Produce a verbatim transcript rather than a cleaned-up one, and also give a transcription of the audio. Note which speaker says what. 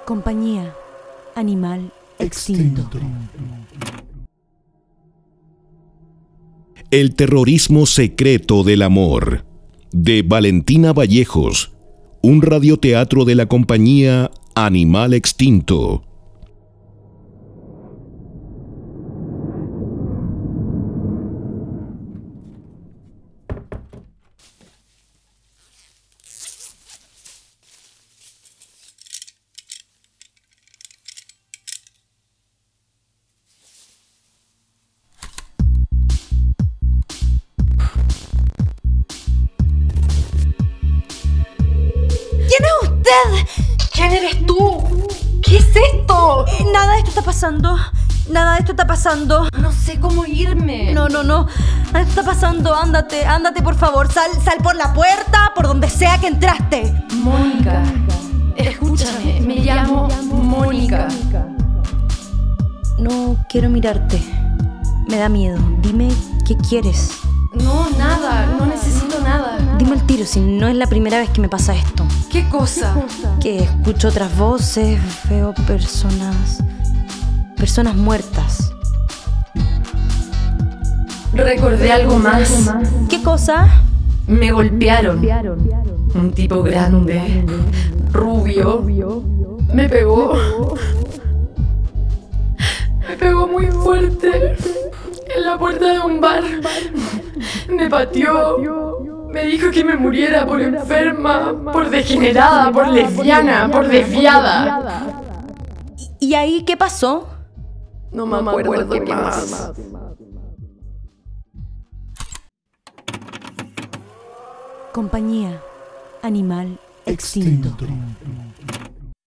Speaker 1: Compañía, animal extinto.
Speaker 2: El terrorismo secreto del amor, de Valentina Vallejos, un radioteatro de la compañía Animal Extinto.
Speaker 3: ¿Quién eres tú? ¿Qué es esto?
Speaker 1: Eh, nada de esto está pasando. Nada de esto está pasando.
Speaker 3: No sé cómo irme.
Speaker 1: No, no, no. Nada de esto está pasando. Ándate, ándate, por favor. Sal, sal por la puerta, por donde sea que entraste.
Speaker 3: Mónica, escúchame. Me llamo Mónica.
Speaker 1: No quiero mirarte. Me da miedo. Dime qué quieres.
Speaker 3: No, nada. No necesito nada.
Speaker 1: Dime el tiro, si no es la primera vez que me pasa esto.
Speaker 3: ¿Qué cosa?
Speaker 1: Que escucho otras voces, veo personas... personas muertas.
Speaker 3: Recordé algo más.
Speaker 1: ¿Qué cosa?
Speaker 3: Me golpearon. Un tipo grande, rubio, me pegó. Me pegó muy fuerte en la puerta de un bar. Me pateó. Me dijo que me muriera por enferma, por degenerada, por lesbiana, por desviada.
Speaker 1: ¿Y ahí qué pasó?
Speaker 3: No me acuerdo qué más.
Speaker 1: Compañía, animal extinto.
Speaker 4: Extinto.